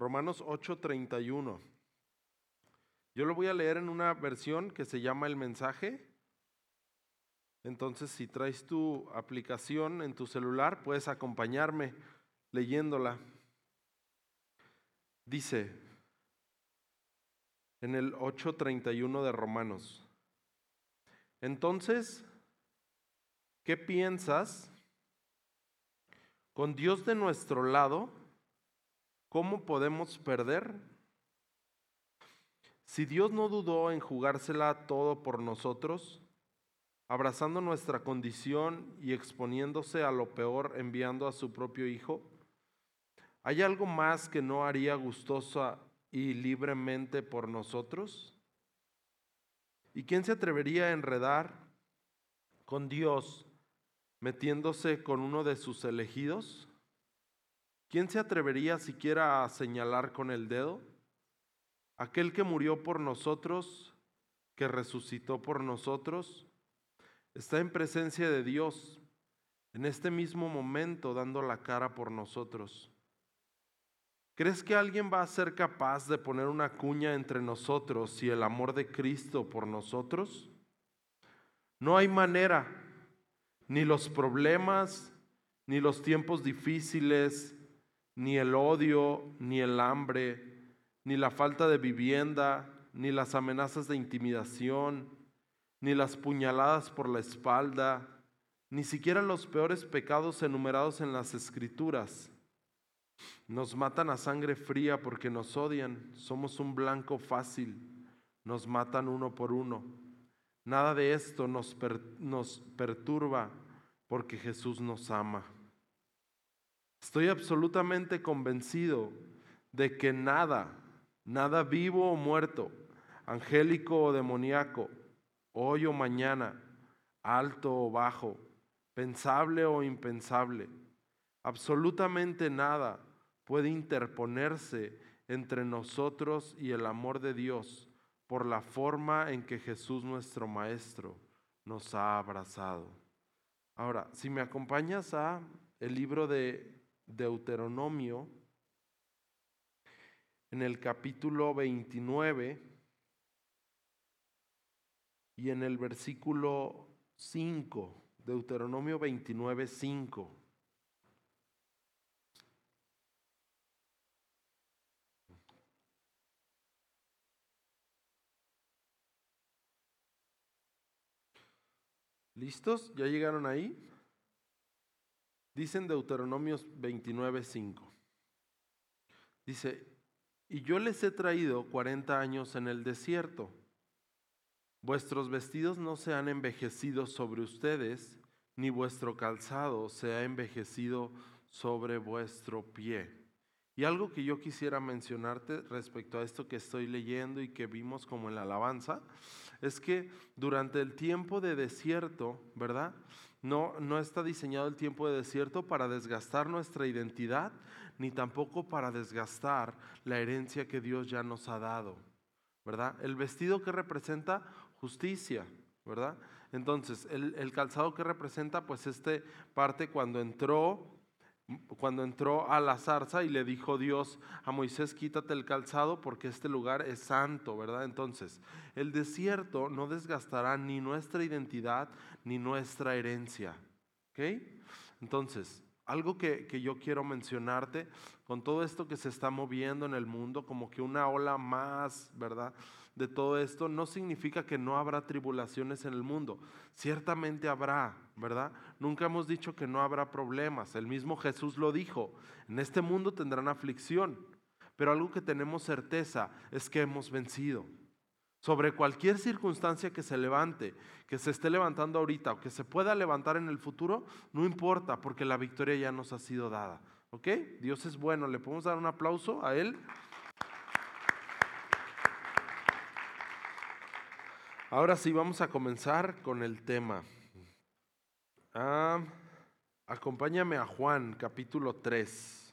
Romanos 8:31. Yo lo voy a leer en una versión que se llama El Mensaje. Entonces, si traes tu aplicación en tu celular, puedes acompañarme leyéndola. Dice en el 8:31 de Romanos: entonces, ¿qué piensas? Con Dios de nuestro lado, ¿cómo podemos perder? Si Dios no dudó en jugársela todo por nosotros, abrazando nuestra condición y exponiéndose a lo peor enviando a su propio Hijo, ¿hay algo más que no haría gustosa y libremente por nosotros? ¿Y quién se atrevería a enredar con Dios metiéndose con uno de sus elegidos? ¿Quién se atrevería siquiera a señalar con el dedo? Aquel que murió por nosotros, que resucitó por nosotros, está en presencia de Dios en este mismo momento dando la cara por nosotros. ¿Crees que alguien va a ser capaz de poner una cuña entre nosotros y el amor de Cristo por nosotros? No hay manera, ni los problemas, ni los tiempos difíciles, ni el odio, ni el hambre, ni la falta de vivienda, ni las amenazas de intimidación, ni las puñaladas por la espalda, ni siquiera los peores pecados enumerados en las Escrituras. Nos matan a sangre fría porque nos odian, somos un blanco fácil, nos matan uno por uno. Nada de esto nos perturba porque Jesús nos ama. Estoy absolutamente convencido de que nada vivo o muerto, angélico o demoníaco, hoy o mañana, alto o bajo, pensable o impensable, absolutamente nada puede interponerse entre nosotros y el amor de Dios por la forma en que Jesús nuestro Maestro nos ha abrazado. Ahora, si me acompañas a el libro de Deuteronomio, en el capítulo 29 y en el versículo 5, Deuteronomio 29, 5. ¿Listos? ¿Ya llegaron ahí? Dice en Deuteronomio 29, 5. Dice: y yo les he traído 40 años en el desierto. Vuestros vestidos no se han envejecido sobre ustedes, ni vuestro calzado se ha envejecido sobre vuestro pie. Y algo que yo quisiera mencionarte respecto a esto que estoy leyendo y que vimos como en la alabanza, es que durante el tiempo de desierto, ¿verdad? No está diseñado el tiempo de desierto para desgastar nuestra identidad, ni tampoco para desgastar la herencia que Dios ya nos ha dado, ¿verdad? El vestido que representa justicia, ¿verdad? Entonces, el calzado que representa, pues parte cuando entró a la zarza y le dijo Dios a Moisés: quítate el calzado porque este lugar es santo, ¿verdad? Entonces, el desierto no desgastará ni nuestra identidad ni nuestra herencia, ¿ok? Entonces, algo que yo quiero mencionarte con todo esto que se está moviendo en el mundo, como que una ola más, ¿verdad?, de todo esto, no significa que no habrá tribulaciones en el mundo. Ciertamente habrá, ¿verdad? Nunca hemos dicho que no habrá problemas. El mismo Jesús lo dijo: en este mundo tendrán aflicción, pero algo que tenemos certeza es que hemos vencido. Sobre cualquier circunstancia que se levante, que se esté levantando ahorita o que se pueda levantar en el futuro, no importa, porque la victoria ya nos ha sido dada, ¿ok? Dios es bueno. ¿Le podemos dar un aplauso a Él? Ahora sí, vamos a comenzar con el tema. Acompáñame a Juan capítulo 3.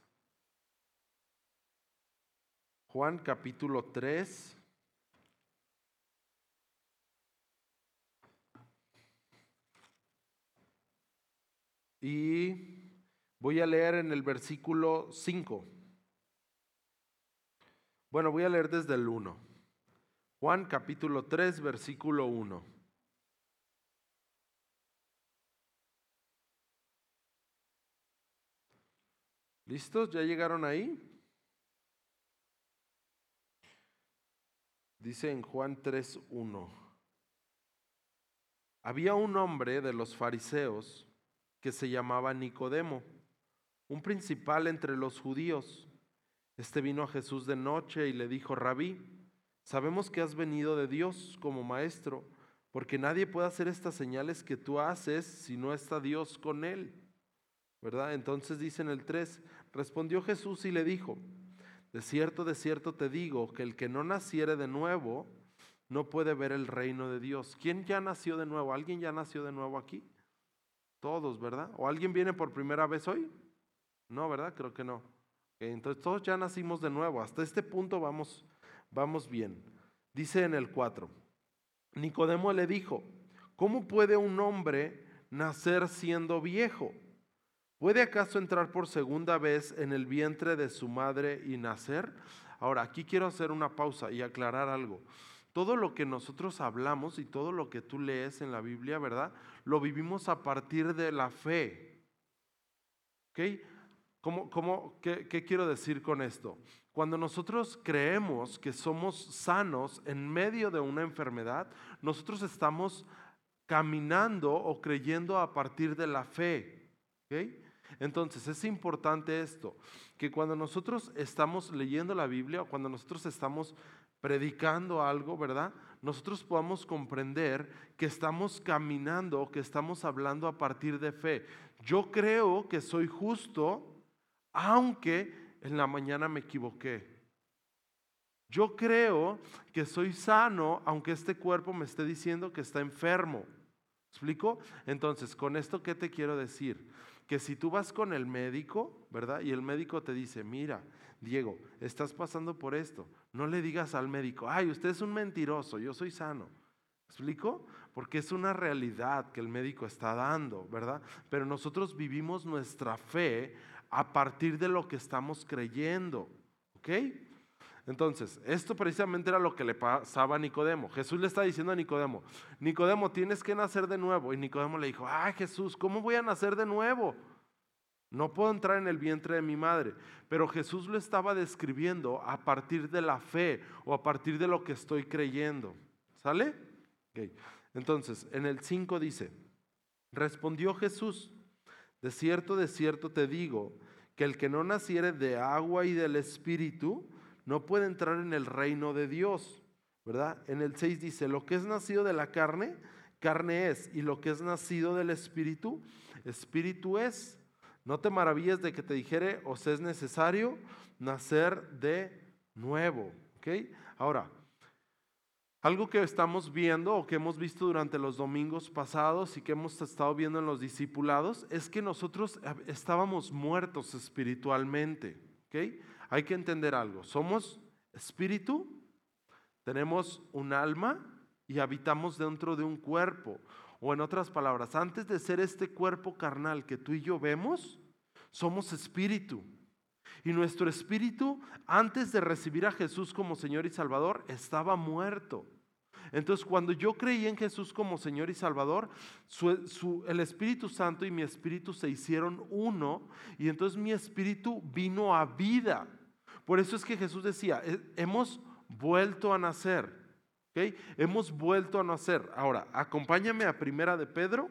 Juan capítulo 3. Y voy a leer en el versículo 5. Bueno, voy a leer desde el 1. Juan capítulo 3, versículo 1. ¿Listos? ¿Ya llegaron ahí? Dice en Juan 3:1. Había un hombre de los fariseos que se llamaba Nicodemo, un principal entre los judíos. Este vino a Jesús de noche y le dijo: Rabí, sabemos que has venido de Dios como maestro, porque nadie puede hacer estas señales que tú haces si no está Dios con él. ¿Verdad? Entonces dice en el 3, respondió Jesús y le dijo: de cierto te digo que el que no naciere de nuevo no puede ver el reino de Dios. ¿Quién ya nació de nuevo? ¿Alguien ya nació de nuevo aquí? Todos, ¿verdad? ¿O alguien viene por primera vez hoy? No, ¿verdad? Creo que no. Entonces todos ya nacimos de nuevo. Hasta este punto vamos bien. Dice en el 4, Nicodemo le dijo: ¿cómo puede un hombre nacer siendo viejo? ¿Puede acaso entrar por segunda vez en el vientre de su madre y nacer? Ahora, aquí quiero hacer una pausa y aclarar algo. Todo lo que nosotros hablamos y todo lo que tú lees en la Biblia, ¿verdad? Lo vivimos a partir de la fe. ¿Ok? ¿Qué quiero decir con esto? Cuando nosotros creemos que somos sanos en medio de una enfermedad, nosotros estamos caminando o creyendo a partir de la fe. ¿Ok? Entonces es importante esto, que cuando nosotros estamos leyendo la Biblia o cuando nosotros estamos predicando algo, ¿verdad? Nosotros podamos comprender que estamos caminando, que estamos hablando a partir de fe. Yo creo que soy justo, aunque en la mañana me equivoqué. Yo creo que soy sano, aunque este cuerpo me esté diciendo que está enfermo. ¿Explico? Entonces, con esto, ¿qué te quiero decir? Que si tú vas con el médico, ¿verdad? Y el médico te dice: mira, Diego, estás pasando por esto. No le digas al médico: ay, usted es un mentiroso, yo soy sano. ¿Explico? Porque es una realidad que el médico está dando, ¿verdad? Pero nosotros vivimos nuestra fe a partir de lo que estamos creyendo, ¿ok? Entonces, esto precisamente era lo que le pasaba a Nicodemo. Jesús le está diciendo a Nicodemo: Nicodemo, tienes que nacer de nuevo. Y Nicodemo le dijo: ay, Jesús, ¿cómo voy a nacer de nuevo? No puedo entrar en el vientre de mi madre. Pero Jesús lo estaba describiendo a partir de la fe o a partir de lo que estoy creyendo. ¿Sale? Okay. Entonces, en el 5 dice: respondió Jesús: de cierto te digo, que el que no naciere de agua y del Espíritu no puede entrar en el reino de Dios, ¿verdad? En el 6 dice: lo que es nacido de la carne, carne es, y lo que es nacido del Espíritu, Espíritu es. No te maravilles de que te dijere: os es necesario nacer de nuevo, ¿ok? Ahora, algo que estamos viendo o que hemos visto durante los domingos pasados y que hemos estado viendo en los discipulados es que nosotros estábamos muertos espiritualmente, ¿ok? Hay que entender algo: somos espíritu, tenemos un alma y habitamos dentro de un cuerpo. O en otras palabras, antes de ser este cuerpo carnal que tú y yo vemos, somos espíritu. Y nuestro espíritu, antes de recibir a Jesús como Señor y Salvador, estaba muerto. Entonces, cuando yo creí en Jesús como Señor y Salvador, el Espíritu Santo y mi espíritu se hicieron uno, y entonces mi espíritu vino a vida. Por eso es que Jesús decía: hemos vuelto a nacer. ¿Okay? Hemos vuelto a nacer. Ahora, acompáñame a Primera de Pedro,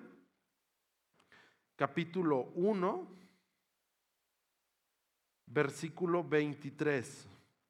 capítulo 1, versículo 23.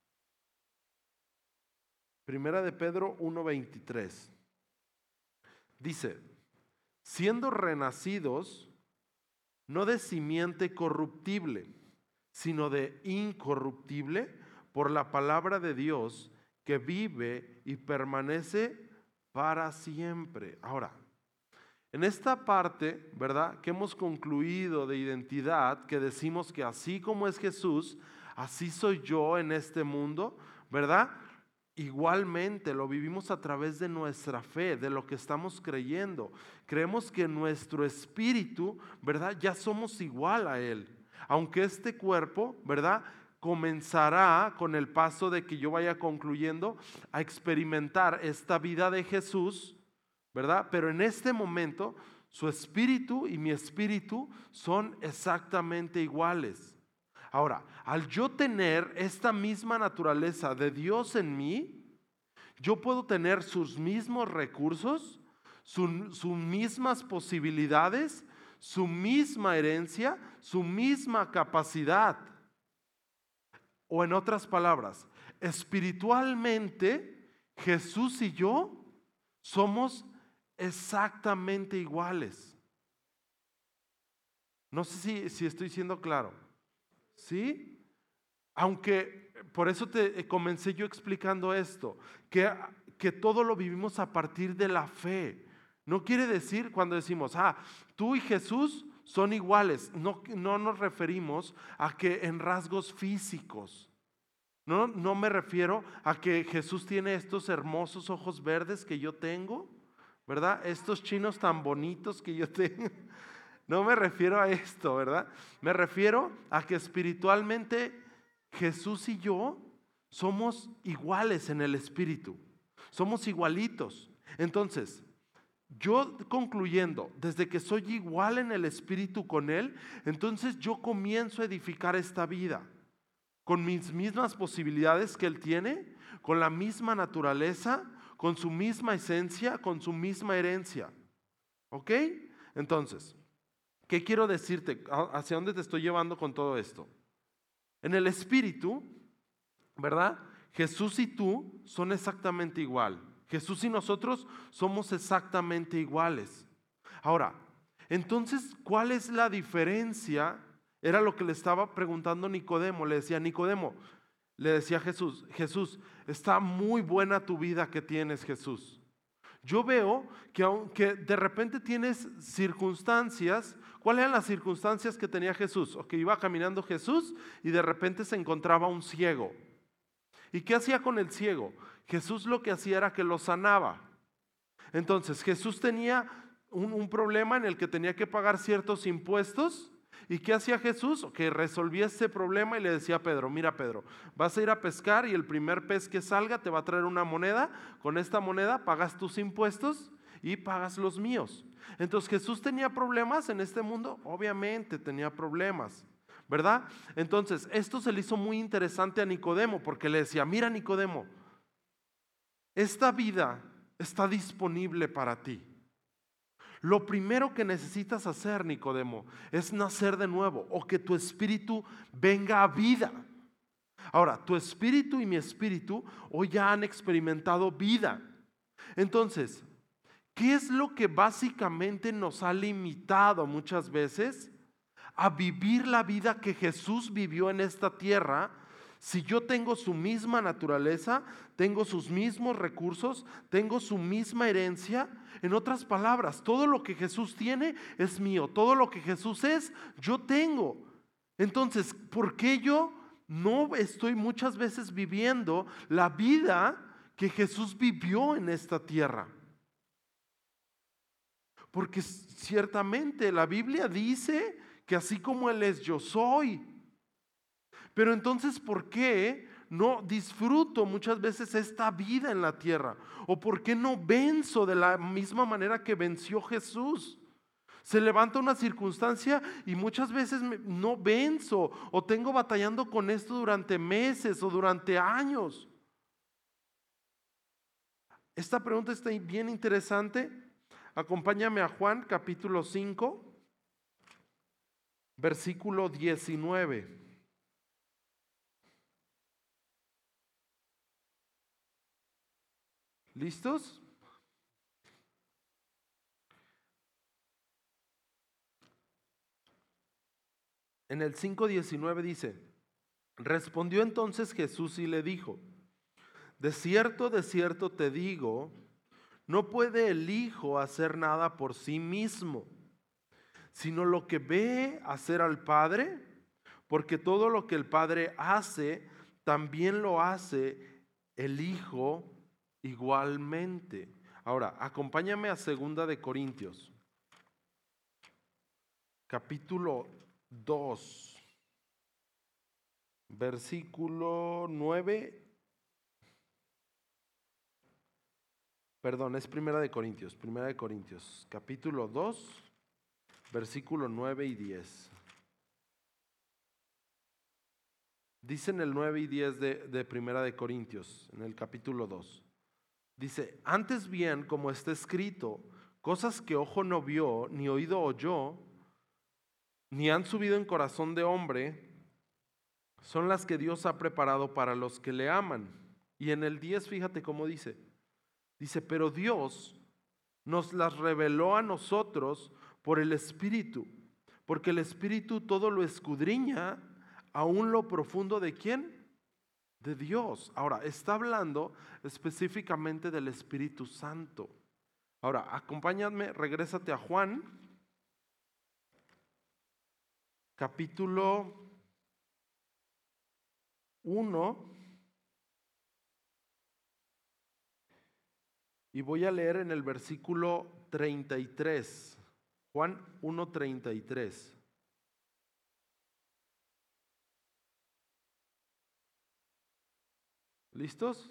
Primera de Pedro 1:23. Dice: siendo renacidos, no de simiente corruptible, sino de incorruptible, por la palabra de Dios, que vive y permanece para siempre. Ahora, en esta parte, ¿verdad?, que hemos concluido de identidad, que decimos que así como es Jesús, así soy yo en este mundo, ¿verdad? Igualmente lo vivimos a través de nuestra fe, de lo que estamos creyendo. Creemos que nuestro espíritu, ¿verdad?, ya somos igual a Él. Aunque este cuerpo, ¿verdad?, comenzará con el paso de que yo vaya concluyendo a experimentar esta vida de Jesús, ¿verdad? Pero en este momento su espíritu y mi espíritu son exactamente iguales. Ahora, al yo tener esta misma naturaleza de Dios en mí, yo puedo tener sus mismos recursos, sus mismas posibilidades, su misma herencia, su misma capacidad. O en otras palabras, espiritualmente Jesús y yo somos exactamente iguales. No sé si estoy siendo claro. ¿Sí? Aunque por eso te comencé yo explicando esto, que todo lo vivimos a partir de la fe. No quiere decir cuando decimos, tú y Jesús son iguales. No nos referimos a que en rasgos físicos. No me refiero a que Jesús tiene estos hermosos ojos verdes que yo tengo, ¿verdad? Estos chinos tan bonitos que yo tengo. No me refiero a esto, ¿verdad? Me refiero a que espiritualmente Jesús y yo somos iguales en el espíritu. Somos igualitos. Entonces, yo concluyendo, desde que soy igual en el espíritu con Él, entonces yo comienzo a edificar esta vida con mis mismas posibilidades que Él tiene, con la misma naturaleza, con su misma esencia, con su misma herencia. ¿Ok? Entonces, ¿qué quiero decirte? ¿Hacia dónde te estoy llevando con todo esto? En el espíritu, ¿verdad? Jesús y tú son exactamente igual. Jesús y nosotros somos exactamente iguales. Ahora, entonces, ¿cuál es la diferencia? Era lo que le estaba preguntando Nicodemo. Le decía, Nicodemo, le decía Jesús, Jesús, está muy buena tu vida que tienes, Jesús. Yo veo que aunque de repente tienes circunstancias, ¿cuáles eran las circunstancias que tenía Jesús? O que iba caminando Jesús y de repente se encontraba un ciego. ¿Y qué hacía con el ciego? Jesús lo que hacía era que lo sanaba. Entonces Jesús tenía un problema en el que tenía que pagar ciertos impuestos. ¿Y qué hacía Jesús? Que resolvía ese problema y le decía a Pedro, mira Pedro, vas a ir a pescar y el primer pez que salga te va a traer una moneda. Con esta moneda pagas tus impuestos y pagas los míos. Entonces Jesús tenía problemas en este mundo, obviamente tenía problemas, ¿verdad? Entonces esto se le hizo muy interesante a Nicodemo porque le decía, mira Nicodemo, esta vida está disponible para ti. Lo primero que necesitas hacer, Nicodemo, es nacer de nuevo o que tu espíritu venga a vida. Ahora, tu espíritu y mi espíritu hoy ya han experimentado vida. Entonces, ¿qué es lo que básicamente nos ha limitado muchas veces a vivir la vida que Jesús vivió en esta tierra? Si yo tengo su misma naturaleza, tengo sus mismos recursos, tengo su misma herencia, en otras palabras, todo lo que Jesús tiene es mío, todo lo que Jesús es, yo tengo. Entonces, ¿por qué yo no estoy muchas veces viviendo la vida que Jesús vivió en esta tierra? Porque ciertamente la Biblia dice que así como Él es, yo soy. Pero entonces, ¿por qué no disfruto muchas veces esta vida en la tierra? ¿O por qué no venzo de la misma manera que venció Jesús? Se levanta una circunstancia y muchas veces no venzo o tengo batallando con esto durante meses o durante años. Esta pregunta está bien interesante. Acompáñame a Juan capítulo 5, versículo 19. ¿Listos? En el 5:19 dice, respondió entonces Jesús y le dijo, de cierto te digo, no puede el Hijo hacer nada por sí mismo, sino lo que ve hacer al Padre, porque todo lo que el Padre hace, también lo hace el Hijo igualmente. Ahora, acompáñame a 2 de Corintios, capítulo 2, versículo 9, perdón, es Primera de Corintios, capítulo 2, versículo 9 y 10. Dicen el 9 y 10 de Primera de Corintios, en el capítulo 2. Dice, antes bien, como está escrito, cosas que ojo no vio, ni oído oyó, ni han subido en corazón de hombre, son las que Dios ha preparado para los que le aman. Y en el 10, fíjate cómo dice. Dice, pero Dios nos las reveló a nosotros por el Espíritu, porque el Espíritu todo lo escudriña, aún lo profundo ¿de quién? De Dios. Ahora, está hablando específicamente del Espíritu Santo. Ahora, acompáñame, regrésate a Juan, capítulo 1, y voy a leer en el versículo 33. Juan 1:33. ¿Listos?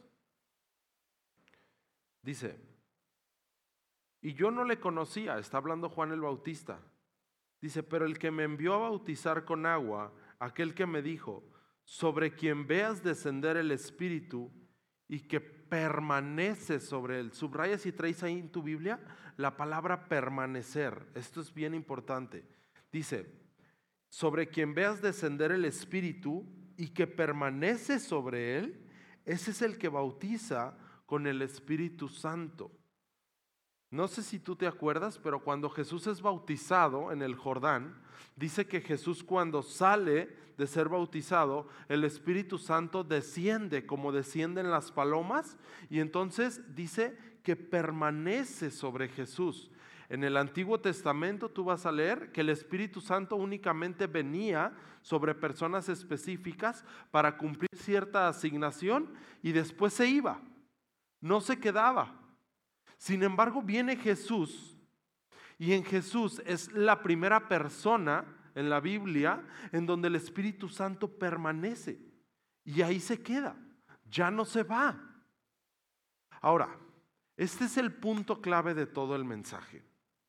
Dice, y yo no le conocía, está hablando Juan el Bautista. Dice, pero el que me envió a bautizar con agua, aquel que me dijo, sobre quien veas descender el Espíritu y que permanece sobre él. Subraya si traes ahí en tu Biblia la palabra permanecer. Esto es bien importante. Dice, sobre quien veas descender el Espíritu y que permanece sobre él, ese es el que bautiza con el Espíritu Santo. No sé si tú te acuerdas, pero cuando Jesús es bautizado en el Jordán, dice que Jesús cuando sale de ser bautizado, el Espíritu Santo desciende como descienden las palomas y entonces dice que permanece sobre Jesús. En el Antiguo Testamento tú vas a leer que el Espíritu Santo únicamente venía sobre personas específicas para cumplir cierta asignación y después se iba, no se quedaba. Sin embargo, viene Jesús y en Jesús es la primera persona en la Biblia en donde el Espíritu Santo permanece y ahí se queda, ya no se va. Ahora, este es el punto clave de todo el mensaje.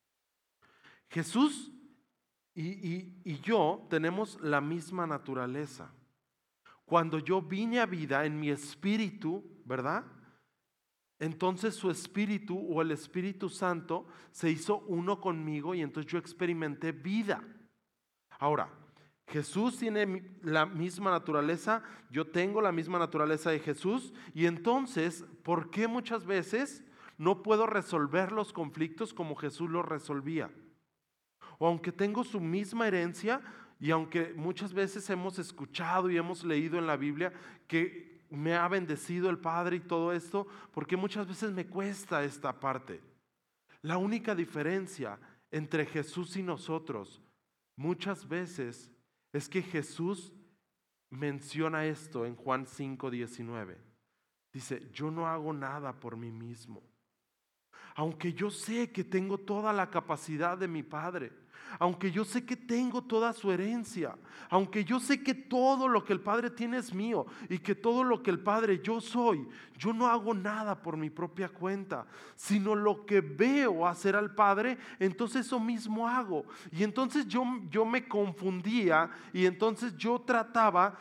Jesús y yo tenemos la misma naturaleza. Cuando yo vine a vida en mi espíritu, ¿verdad? Entonces su espíritu o el Espíritu Santo se hizo uno conmigo y entonces yo experimenté vida. Ahora, Jesús tiene la misma naturaleza, yo tengo la misma naturaleza de Jesús y entonces, ¿por qué muchas veces no puedo resolver los conflictos como Jesús los resolvía? O aunque tengo su misma herencia y aunque muchas veces hemos escuchado y hemos leído en la Biblia que me ha bendecido el Padre y todo esto, porque muchas veces me cuesta esta parte. La única diferencia entre Jesús y nosotros muchas veces es que Jesús menciona esto en Juan 5:19. Dice, yo no hago nada por mí mismo. Aunque yo sé que tengo toda la capacidad de mi Padre, aunque yo sé que tengo toda su herencia, aunque yo sé que todo lo que el Padre tiene es mío y que todo lo que el Padre yo soy, yo no hago nada por mi propia cuenta, sino lo que veo hacer al Padre, entonces eso mismo hago. Y entonces yo me confundía y entonces yo trataba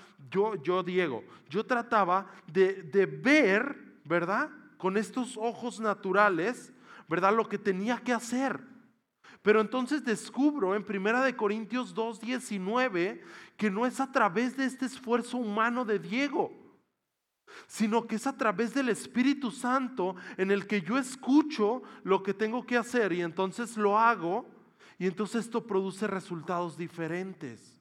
de ver, ¿verdad? Con estos ojos naturales, ¿verdad? Lo que tenía que hacer. Pero entonces descubro en 1 Corintios 2:19 que no es a través de este esfuerzo humano de Diego, sino que es a través del Espíritu Santo en el que yo escucho lo que tengo que hacer y entonces lo hago y entonces esto produce resultados diferentes.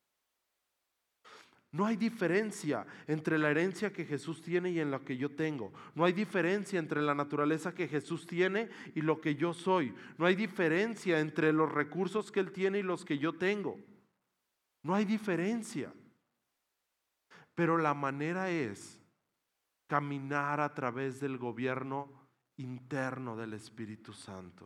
No hay diferencia entre la herencia que Jesús tiene y en la que yo tengo. No hay diferencia entre la naturaleza que Jesús tiene y lo que yo soy. No hay diferencia entre los recursos que Él tiene y los que yo tengo. No hay diferencia. Pero la manera es caminar a través del gobierno interno del Espíritu Santo.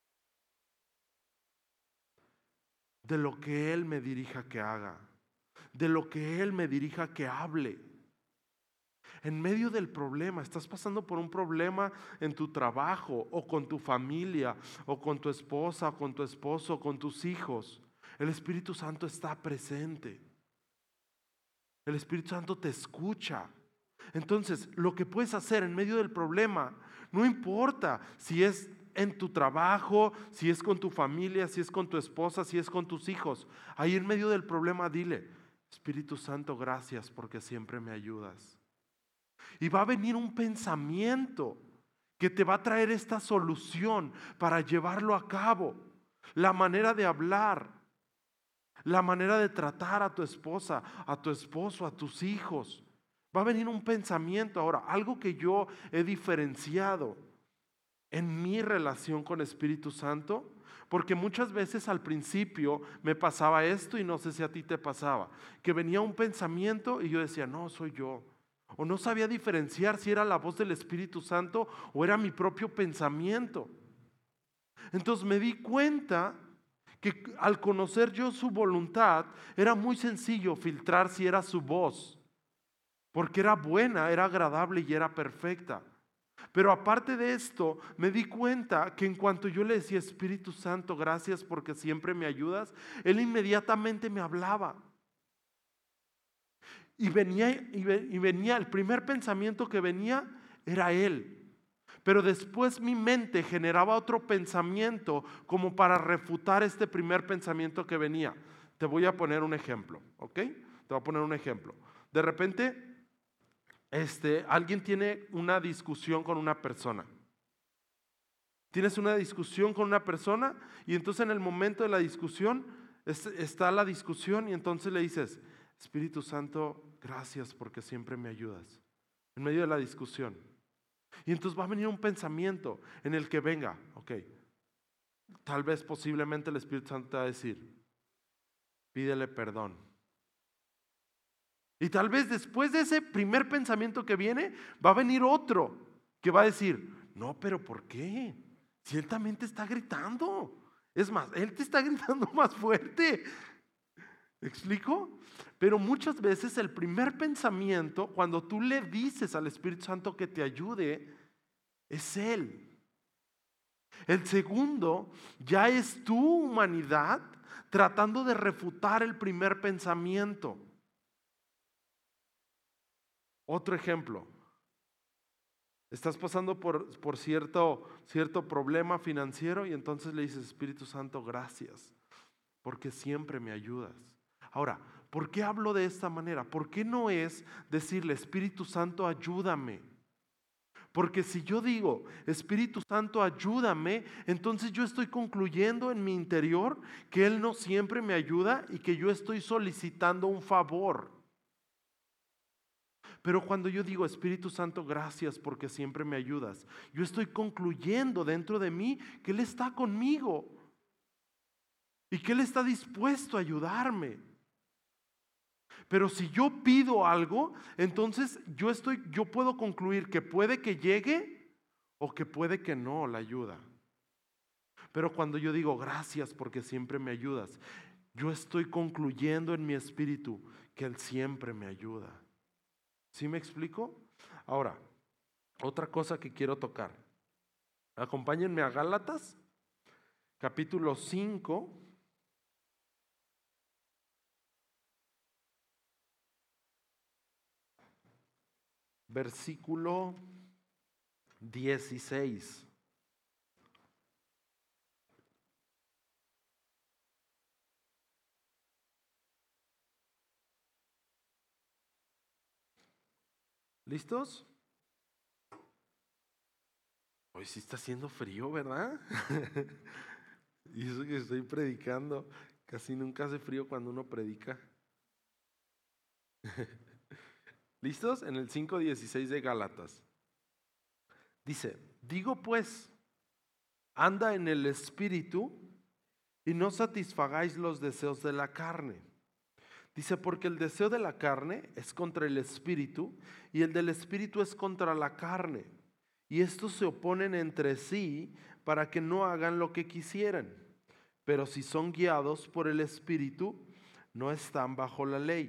De lo que Él me dirija que haga. de lo que Él me dirija que hable. En medio del problema, estás pasando por un problema en tu trabajo o con tu familia o con tu esposa o con tu esposo o con tus hijos. El Espíritu Santo está presente. El Espíritu Santo te escucha. Entonces, lo que puedes hacer en medio del problema, no importa si es en tu trabajo, si es con tu familia, si es con tu esposa, si es con tus hijos. Ahí en medio del problema dile: Espíritu Santo, gracias porque siempre me ayudas. Y va a venir un pensamiento que te va a traer esta solución para llevarlo a cabo. La manera de hablar, la manera de tratar a tu esposa, a tu esposo, a tus hijos. Va a venir un pensamiento. Ahora, algo que yo he diferenciado en mi relación con Espíritu Santo, porque muchas veces al principio me pasaba esto y no sé si a ti te pasaba, que venía un pensamiento y yo decía, no, soy yo. O no sabía diferenciar si era la voz del Espíritu Santo o era mi propio pensamiento. Entonces me di cuenta que al conocer yo su voluntad, era muy sencillo filtrar si era su voz, porque era buena, era agradable y era perfecta. Pero aparte de esto, me di cuenta que en cuanto yo le decía, Espíritu Santo, gracias porque siempre me ayudas, Él inmediatamente me hablaba. Y venía, el primer pensamiento que venía era Él. Pero después mi mente generaba otro pensamiento como para refutar este primer pensamiento que venía. Te voy a poner un ejemplo, ¿ok? Te voy a poner un ejemplo. De repente, alguien tiene una discusión con una persona. Tienes una discusión con una persona y entonces en el momento de la discusión está la discusión y entonces le dices, Espíritu Santo, gracias porque siempre me ayudas. En medio de la discusión. Y entonces va a venir un pensamiento en el que venga, ok, tal vez posiblemente el Espíritu Santo te va a decir, pídele perdón. Y tal vez después de ese primer pensamiento que viene, va a venir otro que va a decir, no, pero ¿por qué? Si Él también te está gritando. Es más, Él te está gritando más fuerte. ¿Me explico? Pero muchas veces el primer pensamiento, cuando tú le dices al Espíritu Santo que te ayude, es Él. El segundo ya es tu humanidad tratando de refutar el primer pensamiento. Otro ejemplo. Estás pasando por cierto problema financiero y entonces le dices, Espíritu Santo, gracias, porque siempre me ayudas. Ahora, ¿por qué hablo de esta manera? ¿Por qué no es decirle, Espíritu Santo, ayúdame? Porque si yo digo, Espíritu Santo, ayúdame, entonces yo estoy concluyendo en mi interior que Él no siempre me ayuda y que yo estoy solicitando un favor. Pero cuando yo digo, Espíritu Santo, gracias porque siempre me ayudas, yo estoy concluyendo dentro de mí que Él está conmigo y que Él está dispuesto a ayudarme. Pero si yo pido algo, entonces yo puedo concluir que puede que llegue o que puede que no la ayuda. Pero cuando yo digo gracias porque siempre me ayudas, yo estoy concluyendo en mi espíritu que Él siempre me ayuda. ¿Sí me explico? Ahora, otra cosa que quiero tocar. Acompáñenme a Gálatas, capítulo 5. Versículo 16. ¿Listos? Hoy sí está haciendo frío, ¿verdad? Y eso que estoy predicando, casi nunca hace frío cuando uno predica. ¿Listos? En el 5:16 de Gálatas. Dice, digo pues, anda en el Espíritu y no satisfagáis los deseos de la carne. Dice, porque el deseo de la carne es contra el Espíritu y el del Espíritu es contra la carne. Y estos se oponen entre sí para que no hagan lo que quisieran. Pero si son guiados por el Espíritu, no están bajo la ley.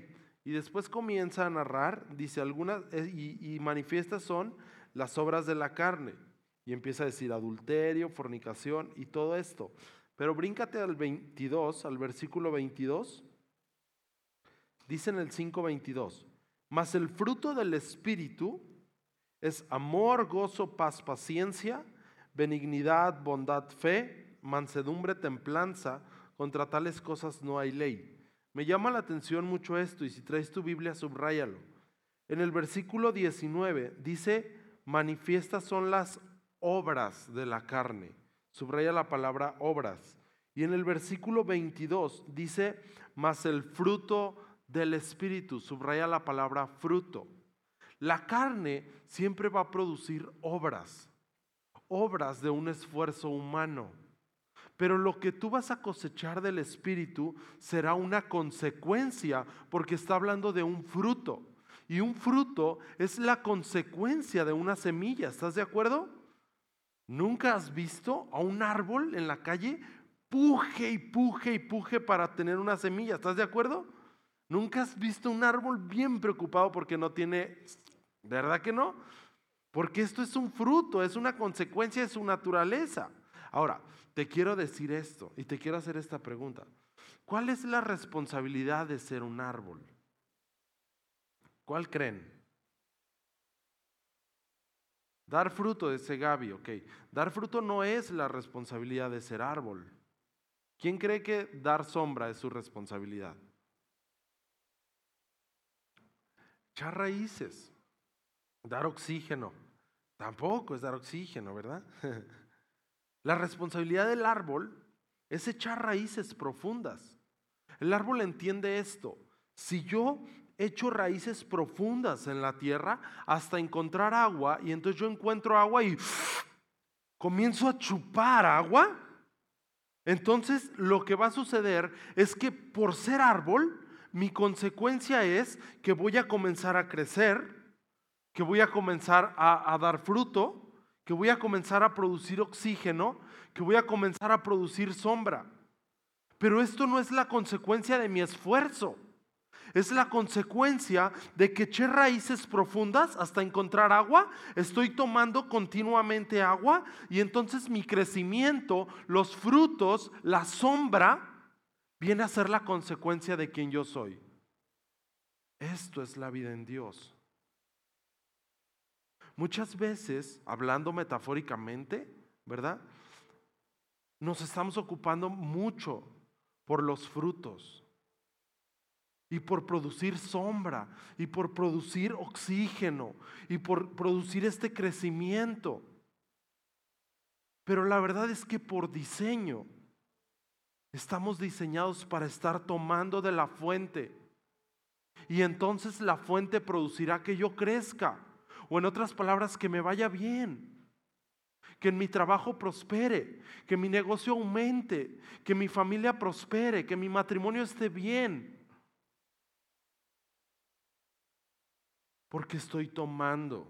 Y después comienza a narrar, dice algunas, y manifiestas son las obras de la carne. Y empieza a decir adulterio, fornicación y todo esto. Pero bríncate al 22, al versículo 22. Dice en el 5:22, mas el fruto del Espíritu es amor, gozo, paz, paciencia, benignidad, bondad, fe, mansedumbre, templanza. Contra tales cosas no hay ley. Me llama la atención mucho esto, y si traes tu Biblia, subráyalo. En el versículo 19 dice, manifiestas son las obras de la carne. Subraya la palabra obras. Y en el versículo 22 dice, mas el fruto del Espíritu. Subraya la palabra fruto. La carne siempre va a producir obras de un esfuerzo humano. Pero lo que tú vas a cosechar del Espíritu será una consecuencia, porque está hablando de un fruto. Y un fruto es la consecuencia de una semilla. ¿Estás de acuerdo? ¿Nunca has visto a un árbol en la calle? Puje y puje y puje para tener una semilla. ¿Estás de acuerdo? ¿Nunca has visto un árbol bien preocupado porque no tiene? ¿Verdad que no? Porque esto es un fruto, es una consecuencia de su naturaleza. Ahora, te quiero decir esto y te quiero hacer esta pregunta. ¿Cuál es la responsabilidad de ser un árbol? ¿Cuál creen? Dar fruto, dice Gaby, ok. Dar fruto no es la responsabilidad de ser árbol. ¿Quién cree que dar sombra es su responsabilidad? Echar raíces, dar oxígeno. Tampoco es dar oxígeno, ¿verdad? La responsabilidad del árbol es echar raíces profundas. El árbol entiende esto. Si yo echo raíces profundas en la tierra hasta encontrar agua, y entonces yo encuentro agua y comienzo a chupar agua, entonces lo que va a suceder es que por ser árbol, mi consecuencia es que voy a comenzar a crecer, que voy a comenzar a dar fruto, que voy a comenzar a producir oxígeno, que voy a comenzar a producir sombra. Pero esto no es la consecuencia de mi esfuerzo. Es la consecuencia de que eché raíces profundas hasta encontrar agua. Estoy tomando continuamente agua y entonces mi crecimiento, los frutos, la sombra, viene a ser la consecuencia de quien yo soy. Esto es la vida en Dios. Muchas veces, hablando metafóricamente, ¿verdad? Nos estamos ocupando mucho por los frutos y por producir sombra y por producir oxígeno y por producir este crecimiento. Pero la verdad es que por diseño estamos diseñados para estar tomando de la fuente, y entonces la fuente producirá que yo crezca, o en otras palabras, que me vaya bien, que en mi trabajo prospere, que mi negocio aumente, que mi familia prospere, que mi matrimonio esté bien. Porque estoy tomando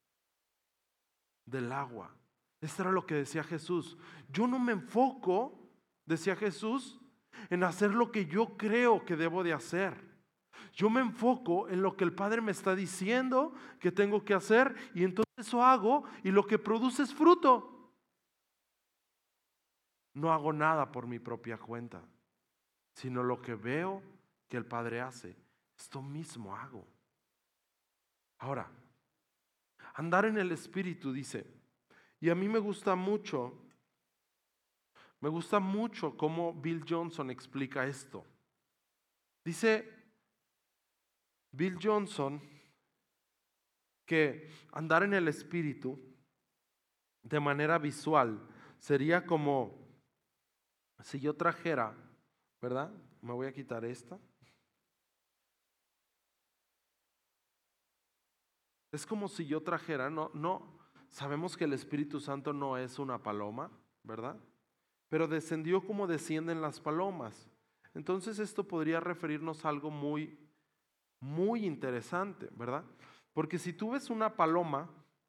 del agua. Esto era lo que decía Jesús. Yo no me enfoco, decía Jesús, en hacer lo que yo creo que debo de hacer. Yo me enfoco en lo que el Padre me está diciendo que tengo que hacer, y entonces eso hago, y lo que produce es fruto. No hago nada por mi propia cuenta, sino lo que veo que el Padre hace, esto mismo hago. Ahora, andar en el Espíritu, dice, y a mí me gusta mucho cómo Bill Johnson explica esto. Dice Bill Johnson que andar en el Espíritu de manera visual sería como si yo trajera, ¿verdad? Me voy a quitar esta. Es como si yo trajera, sabemos que el Espíritu Santo no es una paloma, ¿verdad? Pero descendió como descienden las palomas. Entonces esto podría referirnos a algo muy, muy interesante, ¿verdad? Porque si tú ves una paloma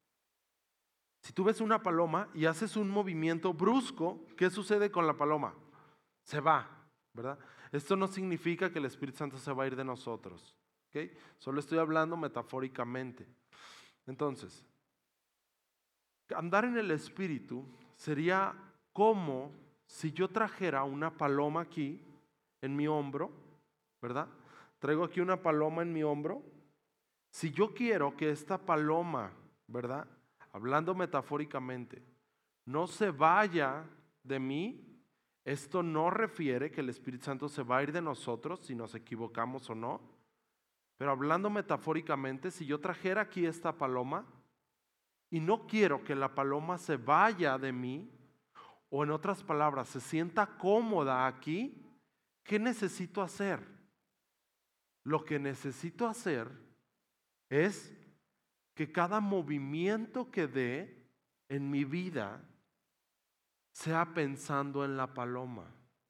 y haces un movimiento brusco, ¿qué sucede con la paloma? Se va, ¿verdad? Esto no significa que el Espíritu Santo se va a ir de nosotros, ¿ok? Solo estoy hablando metafóricamente. Entonces, andar en el Espíritu sería como si yo trajera una paloma aquí en mi hombro, ¿verdad? Traigo aquí una paloma en mi hombro. Si yo quiero que esta paloma, ¿verdad? Hablando metafóricamente, no se vaya de mí, esto no refiere que el Espíritu Santo se va a ir de nosotros si nos equivocamos o no. Pero hablando metafóricamente, si yo trajera aquí esta paloma y no quiero que la paloma se vaya de mí, o en otras palabras, se sienta cómoda aquí, ¿qué necesito hacer? Lo que necesito hacer es que cada movimiento que dé en mi vida sea pensando en la paloma.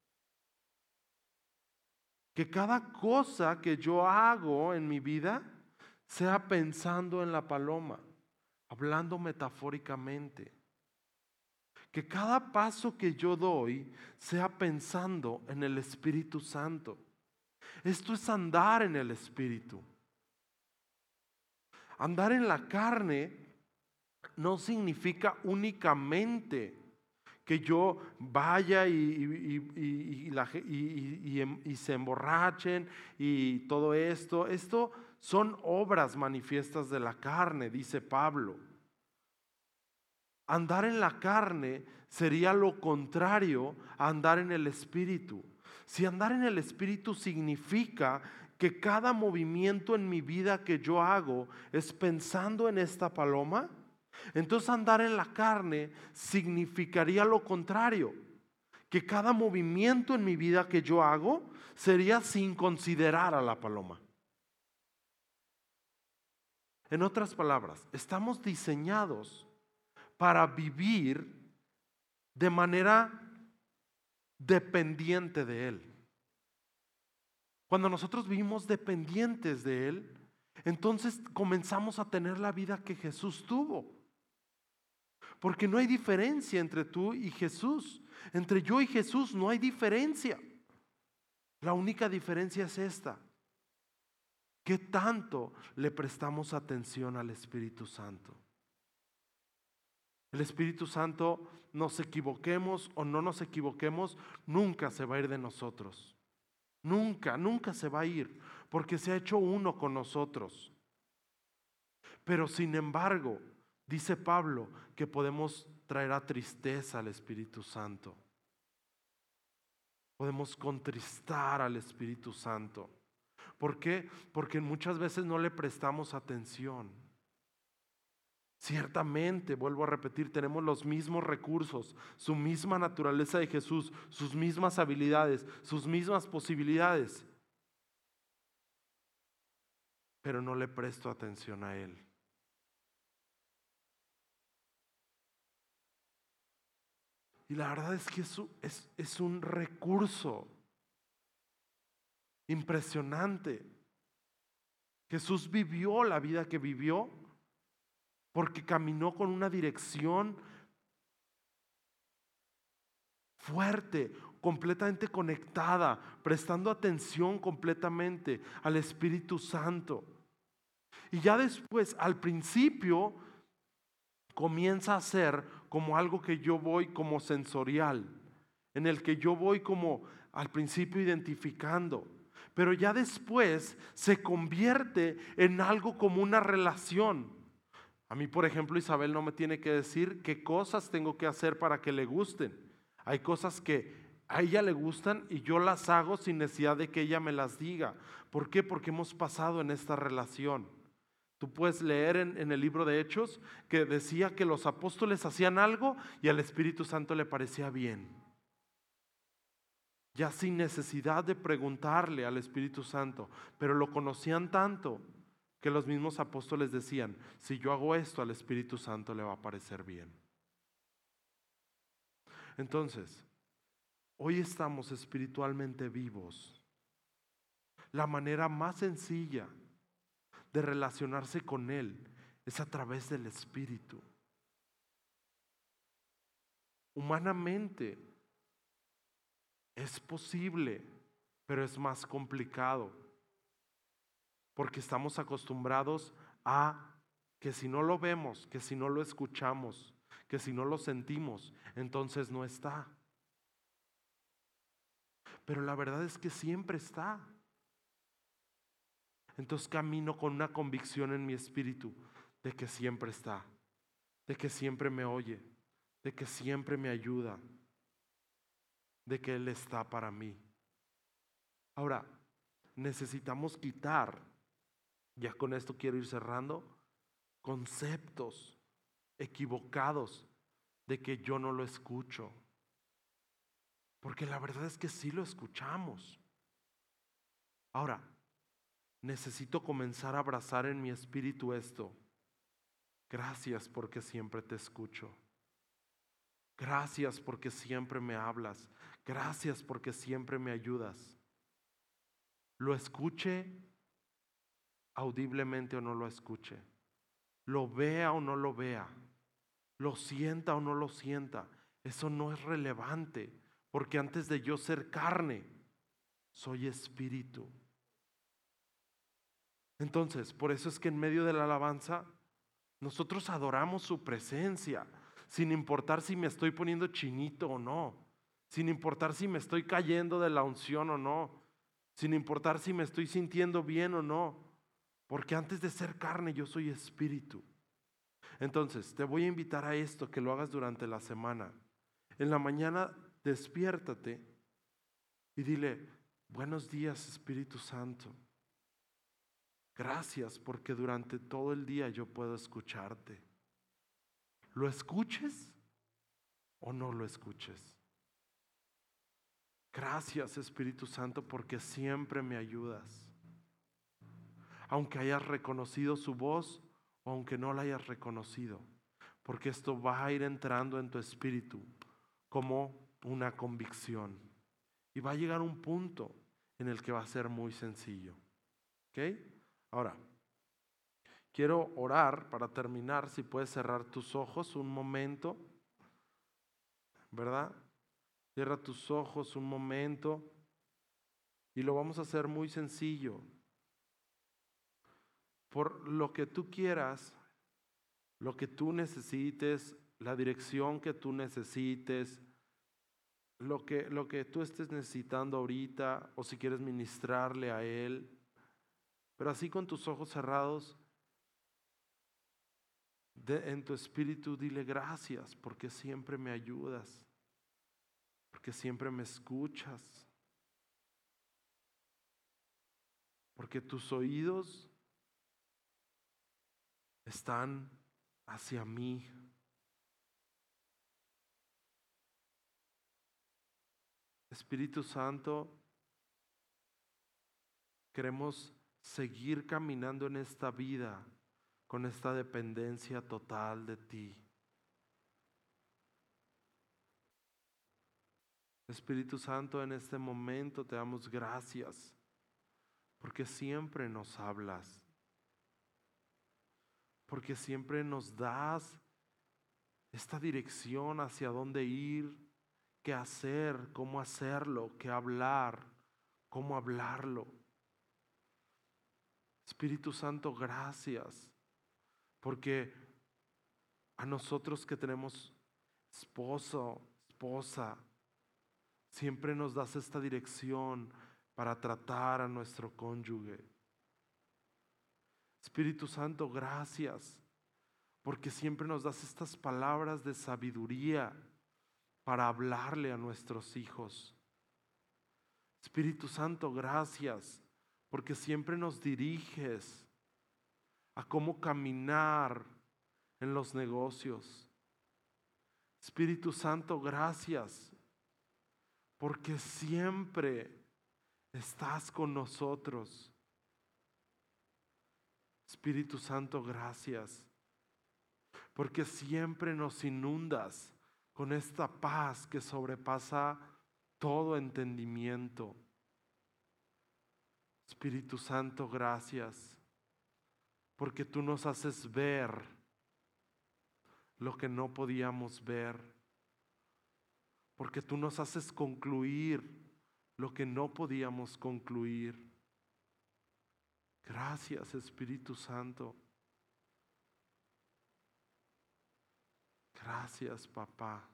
Que cada cosa que yo hago en mi vida sea pensando en la paloma, hablando metafóricamente. Que cada paso que yo doy sea pensando en el Espíritu Santo. Esto es andar en el Espíritu. Andar en la carne no significa únicamente que yo vaya y se emborrachen y todo esto. Esto son obras manifiestas de la carne, dice Pablo. Andar en la carne sería lo contrario a andar en el Espíritu. Si andar en el Espíritu significa que cada movimiento en mi vida que yo hago es pensando en esta paloma, entonces andar en la carne significaría lo contrario, que cada movimiento en mi vida que yo hago sería sin considerar a la paloma. En otras palabras, estamos diseñados para vivir de manera dependiente de Él. Cuando nosotros vivimos dependientes de Él, entonces comenzamos a tener la vida que Jesús tuvo. Porque no hay diferencia entre tú y Jesús. Entre yo y Jesús no hay diferencia. La única diferencia es esta: ¿qué tanto le prestamos atención al Espíritu Santo? El Espíritu Santo, nos equivoquemos o no nos equivoquemos, nunca se va a ir de nosotros. Nunca, nunca se va a ir, porque se ha hecho uno con nosotros. Pero sin embargo, dice Pablo que podemos traer a tristeza al Espíritu Santo. Podemos contristar al Espíritu Santo. ¿Por qué? Porque muchas veces no le prestamos atención. Ciertamente, vuelvo a repetir, tenemos los mismos recursos, su misma naturaleza de Jesús, sus mismas habilidades, sus mismas posibilidades. Pero no le presto atención a Él. Y la verdad es que es un recurso impresionante. Jesús vivió la vida que vivió porque caminó con una dirección fuerte, completamente conectada, prestando atención completamente al Espíritu Santo. Y ya después, al principio, comienza a ser como algo que yo voy como sensorial, en el que yo voy como al principio identificando, pero ya después se convierte en algo como una relación. A mí, por ejemplo, Isabel no me tiene que decir qué cosas tengo que hacer para que le gusten. Hay cosas que a ella le gustan y yo las hago sin necesidad de que ella me las diga. ¿Por qué? Porque hemos pasado en esta relación. Tú puedes leer en el libro de Hechos que decía que los apóstoles hacían algo y al Espíritu Santo le parecía bien. Ya sin necesidad de preguntarle al Espíritu Santo, pero lo conocían tanto que los mismos apóstoles decían: si yo hago esto, al Espíritu Santo le va a parecer bien. Entonces, hoy estamos espiritualmente vivos. La manera más sencilla de relacionarse con Él es a través del Espíritu. Humanamente es posible, pero es más complicado. porque estamos acostumbrados a que si no lo vemos, que si no lo escuchamos, que si no lo sentimos, entonces no está. Pero la verdad es que siempre está. Entonces camino con una convicción en mi espíritu de que siempre está, de que siempre me oye, de que siempre me ayuda, de que Él está para mí. Ahora, necesitamos quitar, ya con esto quiero ir cerrando, conceptos equivocados de que yo no lo escucho. Porque la verdad es que sí lo escuchamos. Ahora, necesito comenzar a abrazar en mi espíritu esto. Gracias porque siempre te escucho. Gracias porque siempre me hablas. Gracias porque siempre me ayudas. Lo escuche audiblemente o no lo escuche. Lo vea o no lo vea. Lo sienta o no lo sienta. Eso no es relevante. Porque antes de yo ser carne, soy espíritu. Entonces, por eso es que en medio de la alabanza, nosotros adoramos su presencia, sin importar si me estoy poniendo chinito o no, sin importar si me estoy cayendo de la unción o no, sin importar si me estoy sintiendo bien o no, porque antes de ser carne yo soy espíritu. Entonces, te voy a invitar a esto, que lo hagas durante la semana. En la mañana, despiértate y dile: buenos días, Espíritu Santo. Gracias porque durante todo el día yo puedo escucharte. ¿Lo escuches o no lo escuches? Gracias, Espíritu Santo, porque siempre me ayudas. Aunque hayas reconocido su voz o aunque no la hayas reconocido, porque esto va a ir entrando en tu espíritu como una convicción. Y va a llegar un punto en el que va a ser muy sencillo. ¿Ok? Ahora, quiero orar para terminar. Si puedes cerrar tus ojos un momento, ¿verdad? Cierra tus ojos un momento y lo vamos a hacer muy sencillo. Por lo que tú quieras, lo que tú necesites, la dirección que tú necesites, lo que tú estés necesitando ahorita, o si quieres ministrarle a Él, pero así con tus ojos cerrados, en tu espíritu dile: gracias porque siempre me ayudas, porque siempre me escuchas, porque tus oídos están hacia mí. Espíritu Santo, queremos seguir caminando en esta vida con esta dependencia total de ti. Espíritu Santo, en este momento te damos gracias porque siempre nos hablas, porque siempre nos das esta dirección hacia dónde ir, qué hacer, cómo hacerlo, qué hablar, cómo hablarlo. Espíritu Santo, gracias, porque a nosotros que tenemos esposo, esposa, siempre nos das esta dirección para tratar a nuestro cónyuge. Espíritu Santo, gracias, porque siempre nos das estas palabras de sabiduría para hablarle a nuestros hijos. Espíritu Santo, gracias, porque siempre nos diriges a cómo caminar en los negocios. Espíritu Santo, gracias, porque siempre estás con nosotros. Espíritu Santo, gracias, porque siempre nos inundas con esta paz que sobrepasa todo entendimiento. Espíritu Santo, gracias, porque tú nos haces ver lo que no podíamos ver, porque tú nos haces concluir lo que no podíamos concluir. Gracias, Espíritu Santo. Gracias, papá.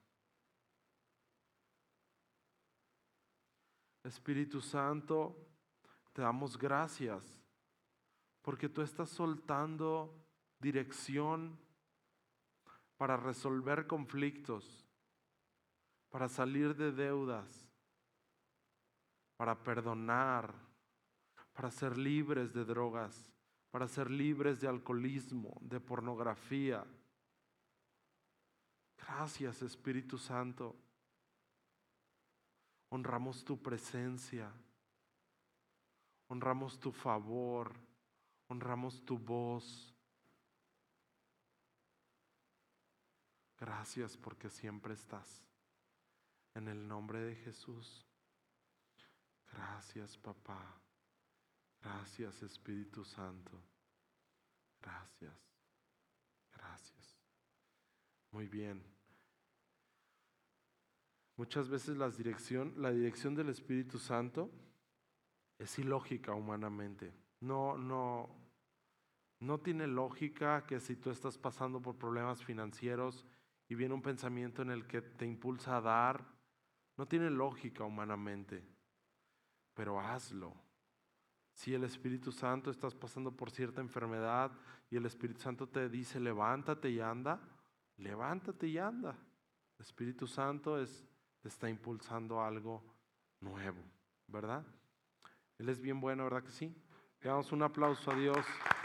Espíritu Santo, te damos gracias porque tú estás soltando dirección para resolver conflictos, para salir de deudas, para perdonar, para ser libres de drogas, para ser libres de alcoholismo, de pornografía. Gracias, Espíritu Santo. Honramos tu presencia, honramos tu favor, honramos tu voz. Gracias porque siempre estás. En el nombre de Jesús. Gracias, papá. Gracias, Espíritu Santo. Gracias. Gracias. Muy bien. Muchas veces la dirección del Espíritu Santo es ilógica humanamente. No tiene lógica que si tú estás pasando por problemas financieros y viene un pensamiento en el que te impulsa a dar, no tiene lógica humanamente, pero hazlo. Si el Espíritu Santo estás pasando por cierta enfermedad y el Espíritu Santo te dice levántate y anda, levántate y anda. El Espíritu Santo te está impulsando a algo nuevo, ¿verdad? Él es bien bueno, ¿verdad que sí? Le damos un aplauso a Dios.